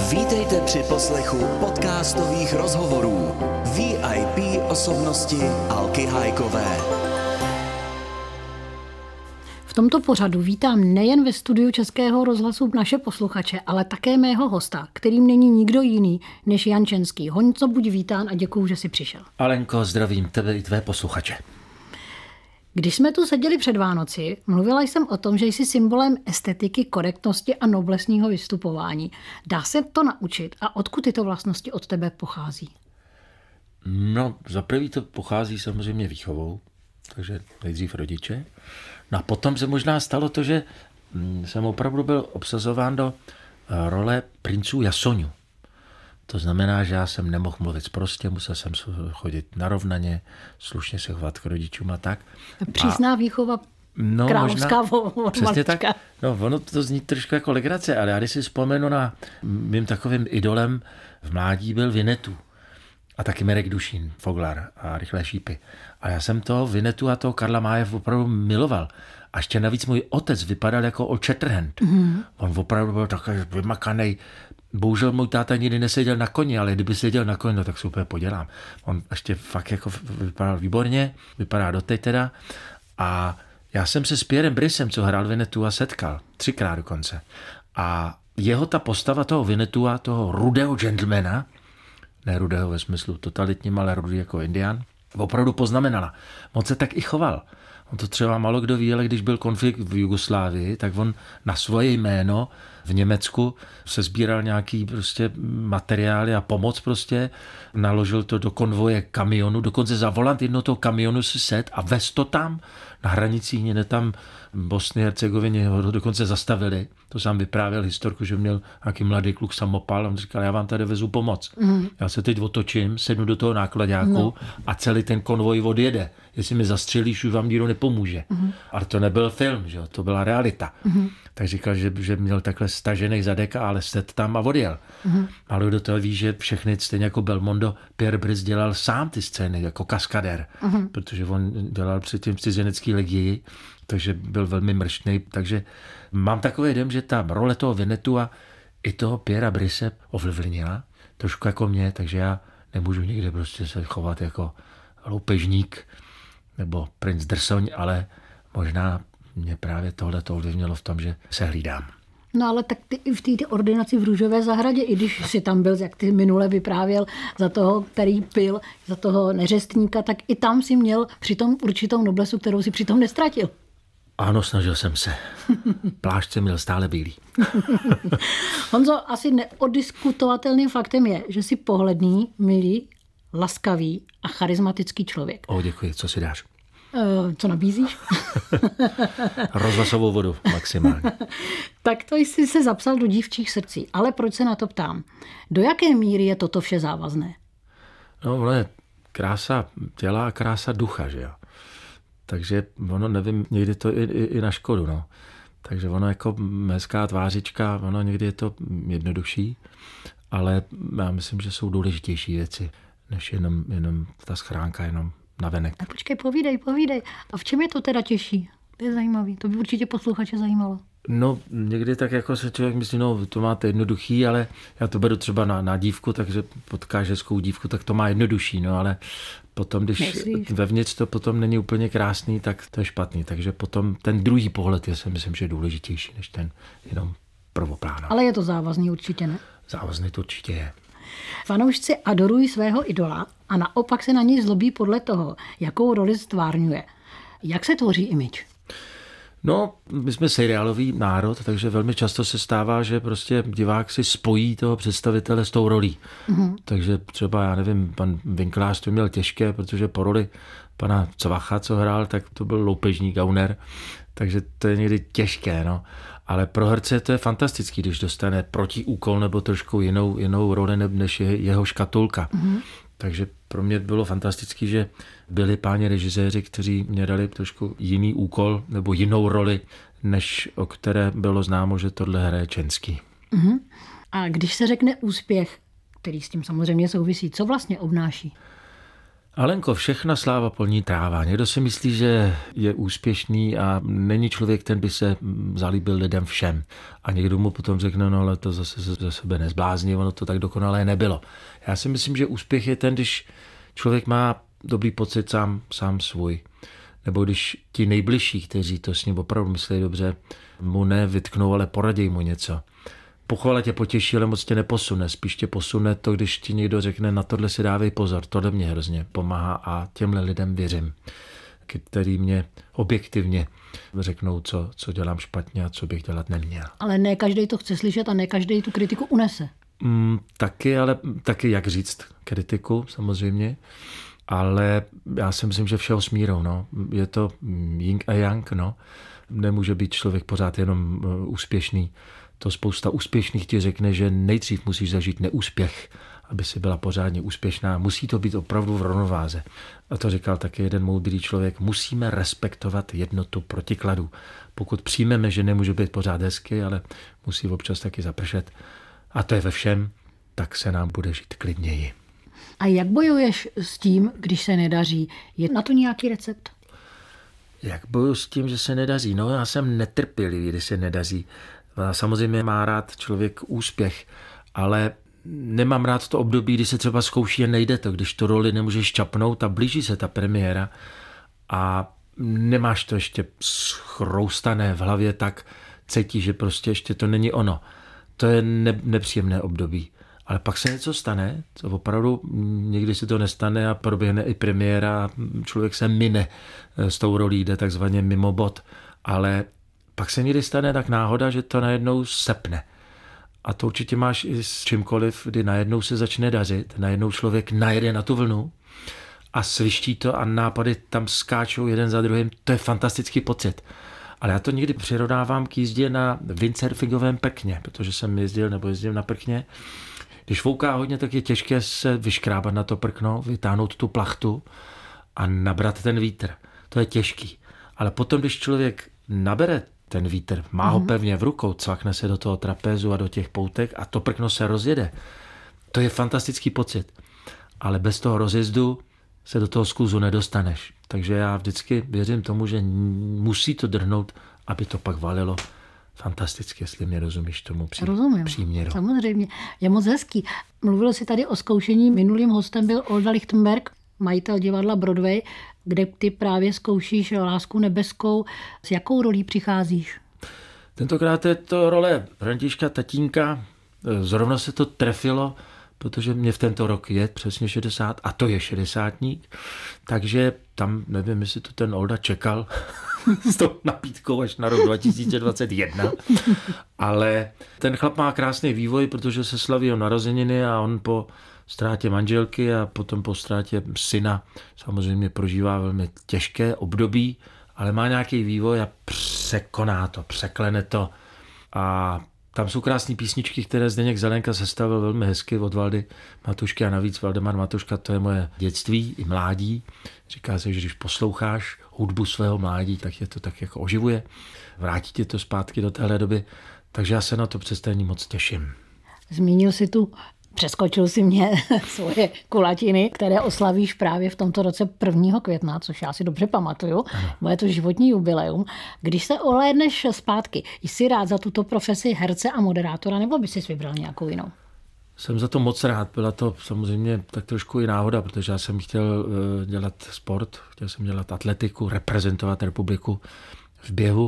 Vítejte při poslechu podcastových rozhovorů VIP osobnosti Alky Hájkové. V tomto pořadu vítám nejen ve studiu Českého rozhlasu naše posluchače, ale také mého hosta, kterým není nikdo jiný než Jan Čenský. Honzo, buď vítán a děkuju, že jsi přišel. Alenko, zdravím tebe i tvé posluchače. Když jsme tu seděli před Vánoci, mluvila jsem o tom, že jsi symbolem estetiky, korektnosti a noblesního vystupování. Dá se to naučit a odkud tyto vlastnosti od tebe pochází? No, za prvý to pochází samozřejmě výchovou, takže nejdřív rodiče. No a potom se možná stalo to, že jsem opravdu byl obsazován do role princů Jasoňů. To znamená, že já jsem nemohl mluvit sprostě, musel jsem chodit narovnaně, slušně se chovat k rodičům a tak. Přísná výchova královská od přesně tak. malička. No, ono to zní trošku jako legrace, ale já když si vzpomenu na mým takovým idolem v mládí byl Winnetou. A taky Mirek Dušín, Foglar a Rychlé šípy. A já jsem toho Winnetou a toho Karla Maye opravdu miloval. A ještě navíc můj otec vypadal jako Old Shatterhand. On opravdu byl takový vymakanej. Bohužel můj táta nikdy neseděl na koni, ale kdyby seděl na koni, no, tak se úplně podělám. On ještě fakt jako vypadal výborně, vypadá doteď teda. A já jsem se s Pierrem Brissem, co hrál Winnetou, setkal. 3krát dokonce. A jeho ta postava toho Winnetou, toho rudého gentlemana, ne rudého ve smyslu totalitním, ale rudý jako Indián, opravdu poznamenala. On se tak i choval. On to třeba málo kdo ví, ale když byl konflikt v Jugoslávii, tak on na svoje jméno v Německu se sbíral nějaký prostě materiály a pomoc prostě, naložil to do konvoje kamionu, dokonce za volant jednoho toho kamionu si sedl a vez to tam na hranicích, někde tam v Bosně a Hercegovině ho dokonce zastavili. To sám vyprávěl historku, že měl nějaký mladý kluk samopal a on říkal, já vám tady vezu pomoc. Já se teď otočím, sednu do toho nákladáku a celý ten konvoj odjede. Jestli mi zastřelíš, už vám nikdo nepomůže. Ale to nebyl film, že jo? To byla realita. Tak říkal, že měl takhle stažený zadek, ale sedl tam a odjel. Ale do toho ví, že všechny, stejně jako Belmondo, Pierre Brice dělal sám ty scény, jako kaskadér, protože on dělal předtím v cizinecký legii, takže byl velmi mrštnej. Takže mám takový dojem, že ta role toho Winnetou a i toho Pierra Brice ovlivnila trošku jako mě, takže já nemůžu nikde prostě se chovat jako loupežník nebo princ Drsoň, ale možná mě právě tohle to ovlivnilo v tom, že se hlídám. No ale tak ty i v té ordinaci v Růžové zahradě, i když si tam byl, jak ty minule vyprávěl, za toho, který pil, za toho neřestníka, tak i tam si měl přitom určitou noblesu, kterou si přitom nestratil. Ano, snažil jsem se. Plášť jsem měl stále bílý. Honzo, asi neodiskutovatelným faktem je, že jsi pohledný, milý, laskavý a charismatický člověk. Děkuji. Co si dáš? Co nabízíš? Rozhlasovou vodu maximálně. Tak to jsi se zapsal do dívčích srdcí. Ale proč se na to ptám? Do jaké míry je toto vše závazné? No, ono je krása těla a krása ducha, že jo. Takže ono, nevím, někdy to i na škodu, no. Takže ono jako hezká tvářička, ono někdy je to jednodušší, ale já myslím, že jsou důležitější věci, než jenom ta schránka, jenom navenek. Tak počkej, povídej. A v čem je to teda těžší? To je zajímavý, to by určitě posluchače zajímalo. No, někdy tak jako se člověk myslí, no to máte jednoduchý, ale já to beru třeba na dívku, takže potkáš hezkou dívku, tak to má jednodušší, no ale potom, když vevnitř to potom není úplně krásný, tak to je špatný. Takže potom ten druhý pohled je, si myslím, že je důležitější, než ten jenom prvoplánový. Ale je to závazný určitě, ne? Závazný to určitě je. Fanoušci adorují svého idola a naopak se na něj zlobí podle toho, jakou roli stvárňuje. Jak se tvoří image? No, my jsme seriálový národ, takže velmi často se stává, že prostě divák si spojí toho představitele s tou rolí. Takže třeba, já nevím, pan Winklář to měl těžké, protože po roli pana Cvacha, co hrál, tak to byl loupežní gauner, takže to je někdy těžké, no. Ale pro herce to je fantastický, když dostane protiúkol nebo trošku jinou roli, než je jeho škatulka. Takže pro mě bylo fantastický, že byli páni režiséři, kteří mě dali trošku jiný úkol nebo jinou roli, než o které bylo známo, že tohle hraje Čenský. A když se řekne úspěch, který s tím samozřejmě souvisí, co vlastně obnáší? Alenko, všechna sláva polní tráva. Někdo si myslí, že je úspěšný a není člověk, ten by se zalíbil lidem všem. A někdo mu potom řekne, no ale to zase ze sebe nezblázní, ono to tak dokonalé nebylo. Já si myslím, že úspěch je ten, když člověk má dobrý pocit sám svůj. Nebo když ti nejbližší, kteří to s ním opravdu myslí dobře, mu nevytknou, ale poradí mu něco. Pochvala tě potěší, ale moc tě neposune. Spíš tě posune to, když ti někdo řekne, na tohle si dávej pozor, tohle mě hrozně pomáhá a těmhle lidem věřím, který mě objektivně řeknou, co dělám špatně a co bych dělat neměl. Ale ne každý to chce slyšet a ne každý tu kritiku unese. Taky jak říct kritiku samozřejmě, ale já si myslím, že všeho s mírou. No. Je to yin a yang, no. Nemůže být člověk pořád jenom úspěšný. To spousta úspěšných ti řekne, že nejdřív musíš zažít neúspěch, aby si byla pořádně úspěšná. Musí to být opravdu v rovnováze. A to říkal taky jeden moudrý člověk. Musíme respektovat jednotu protikladů. Pokud přijmeme, že nemůže být pořád hezky, ale musí občas taky zapršet, a to je ve všem, tak se nám bude žít klidněji. A jak bojuješ s tím, když se nedaří? Je na to nějaký recept? Jak bojuji s tím, že se nedaří? No, já jsem netrpělivý, když se nedaří. Samozřejmě má rád člověk úspěch, ale nemám rád to období, kdy se třeba zkouší a nejde to, když tu roli nemůžeš čapnout a blíží se ta premiéra a nemáš to ještě schroustané v hlavě, tak cítíš, že prostě ještě to není ono. To je nepříjemné období. Ale pak se něco stane, co opravdu někdy se to nestane a proběhne i premiéra a člověk se mine s tou rolí, jde takzvaně mimo bod. Ale pak se někdy stane tak náhoda, že to najednou sepne. A to určitě máš i s čímkoliv, kdy najednou se začne dařit, najednou člověk najede na tu vlnu a sviští to a nápady tam skáčou jeden za druhým. To je fantastický pocit. Ale já to někdy přirovnávám k jízdě na windsurfingovém prkně, protože jsem jezdil na prkně. Když fouká hodně, tak je těžké se vyškrábat na to prkno, vytáhnout tu plachtu a nabrat ten vítr. To je těžký. Ale potom, když člověk nabere ten vítr, má ho pevně v rukou, cvakne se do toho trapézu a do těch poutek a to prkno se rozjede. To je fantastický pocit. Ale bez toho rozjezdu se do toho skluzu nedostaneš. Takže já vždycky věřím tomu, že musí to drhnout, aby to pak valilo fantasticky, jestli mě rozumíš tomu příměru. Samozřejmě. Je moc hezký. Mluvil jsi tady o zkoušení. Minulým hostem byl Olda Lichtenberg, majitel divadla Broadway, kde ty právě zkoušíš Lásku nebeskou. S jakou rolí přicházíš? Tentokrát je to role Františka Tatínka. Zrovna se to trefilo, protože mě v tento rok je přesně 60 a to je 60ník. Takže tam nevím, jestli to ten Olda čekal s tou nabídkou až na rok 2021. Ale ten chlap má krásný vývoj, protože se slaví o narozeniny a on po ztrátě manželky a potom po ztrátě syna samozřejmě prožívá velmi těžké období, ale má nějaký vývoj a překoná to, překlene to. A tam jsou krásné písničky, které Zdeněk Zelenka sestavil velmi hezky od Valdy Matušky a navíc Valdemar Matuška, to je moje dětství i mládí. Říká se, že když posloucháš hudbu svého mládí, tak je to tak jako oživuje. Vrátí tě to zpátky do téhle doby, takže já se na to představení moc těším. Zmínil jsi tu, přeskočil si mě svoje kulatiny, které oslavíš právě v tomto roce 1. května, což já si dobře pamatuju. Bude to životní jubileum. Když se ohlédneš zpátky, jsi rád za tuto profesi herce a moderátora, nebo by si vybral nějakou jinou? Jsem za to moc rád. Byla to samozřejmě tak trošku i náhoda, protože já jsem chtěl dělat sport, chtěl jsem dělat atletiku, reprezentovat republiku v běhu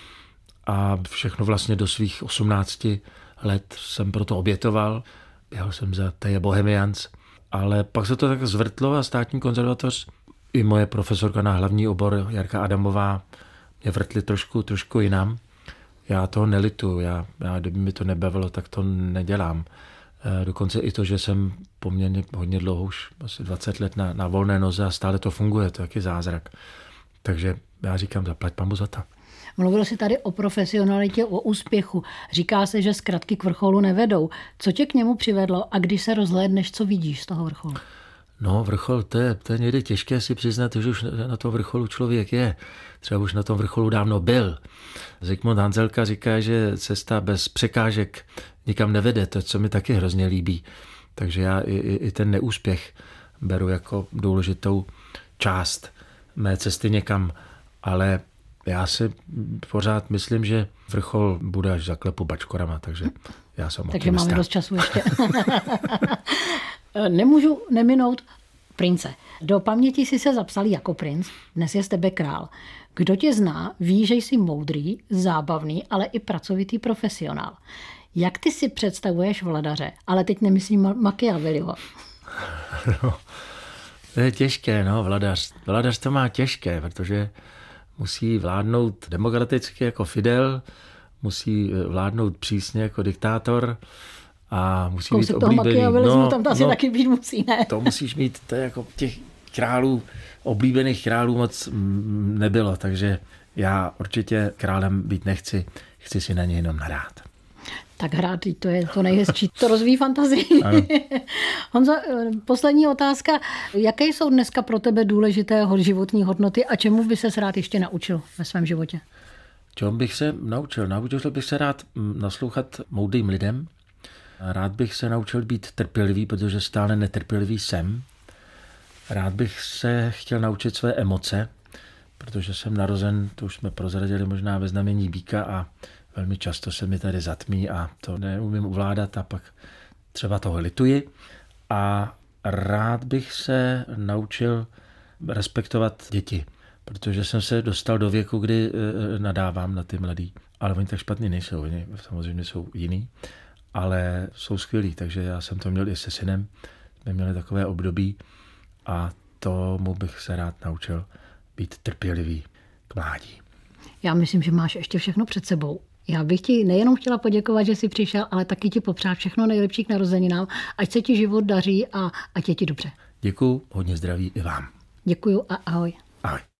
a všechno vlastně do svých 18 let jsem proto obětoval. Běhal jsem za Teje Bohemians, ale pak se to tak zvrtlo a státní konzervatoř i moje profesorka na hlavní obor Jarka Adamová mě vrtli trošku jinam. Já toho nelituju, já kdyby mi to nebavilo, tak to nedělám. Dokonce i to, že jsem poměrně hodně dlouho, už asi 20 let na volné noze a stále to funguje, to je taky zázrak. Takže já říkám, zaplať pambu za to. Mluvil jsi tady o profesionalitě, o úspěchu. Říká se, že zkratky k vrcholu nevedou. Co tě k němu přivedlo a když se rozhlédneš, co vidíš z toho vrcholu? No, vrchol, to je někdy těžké si přiznat, že už na tom vrcholu člověk je. Třeba už na tom vrcholu dávno byl. Zikmund Hanzelka říká, že cesta bez překážek nikam nevede, to, co mi taky hrozně líbí. Takže já i ten neúspěch beru jako důležitou část mé cesty někam, ale já si pořád myslím, že vrchol bude až za Klepu Bačkorama, takže já jsem Takže optimista. máme dost času ještě. Nemůžu neminout prince. Do paměti si se zapsal jako princ, dnes je z tebe král. Kdo tě zná, ví, že jsi moudrý, zábavný, ale i pracovitý profesionál. Jak ty si představuješ vladaře? Ale teď nemyslím Machiavelliho. No, to je těžké, no, vladař. Vladař to má těžké, protože musí vládnout demokraticky jako Fidel, musí vládnout přísně jako diktátor a musí být oblíbený. No, tam to asi taky být musí, ne? To musíš mít, to je jako těch králů, oblíbených králů moc nebylo, takže já určitě králem být nechci, chci si na něj jenom nahrát. Tak hrát, to je to nejhezčí, to rozvíjí fantazii. Honzo, poslední otázka. Jaké jsou dneska pro tebe důležité životní hodnoty a čemu by ses rád ještě naučil ve svém životě? Čemu bych se naučil? Naučil bych se rád naslouchat moudrým lidem. Rád bych se naučil být trpělivý, protože stále netrpělivý jsem. Rád bych se chtěl naučit své emoce, protože jsem narozen, to už jsme prozradili možná ve znamení býka a velmi často se mi tady zatmí a to neumím ovládat a pak třeba toho lituji. A rád bych se naučil respektovat děti, protože jsem se dostal do věku, kdy nadávám na ty mladý. Ale oni tak špatný nejsou, oni samozřejmě jsou jiný, ale jsou skvělí, takže já jsem to měl i se synem. Jsme měli takové období a tomu bych se rád naučil být trpělivý k mládí. Já myslím, že máš ještě všechno před sebou. Já bych ti nejenom chtěla poděkovat, že jsi přišel, ale taky ti popřát všechno nejlepší k narozeninám. Ať se ti život daří a ať je ti dobře. Děkuju, hodně zdraví i vám. Děkuju a ahoj. Ahoj.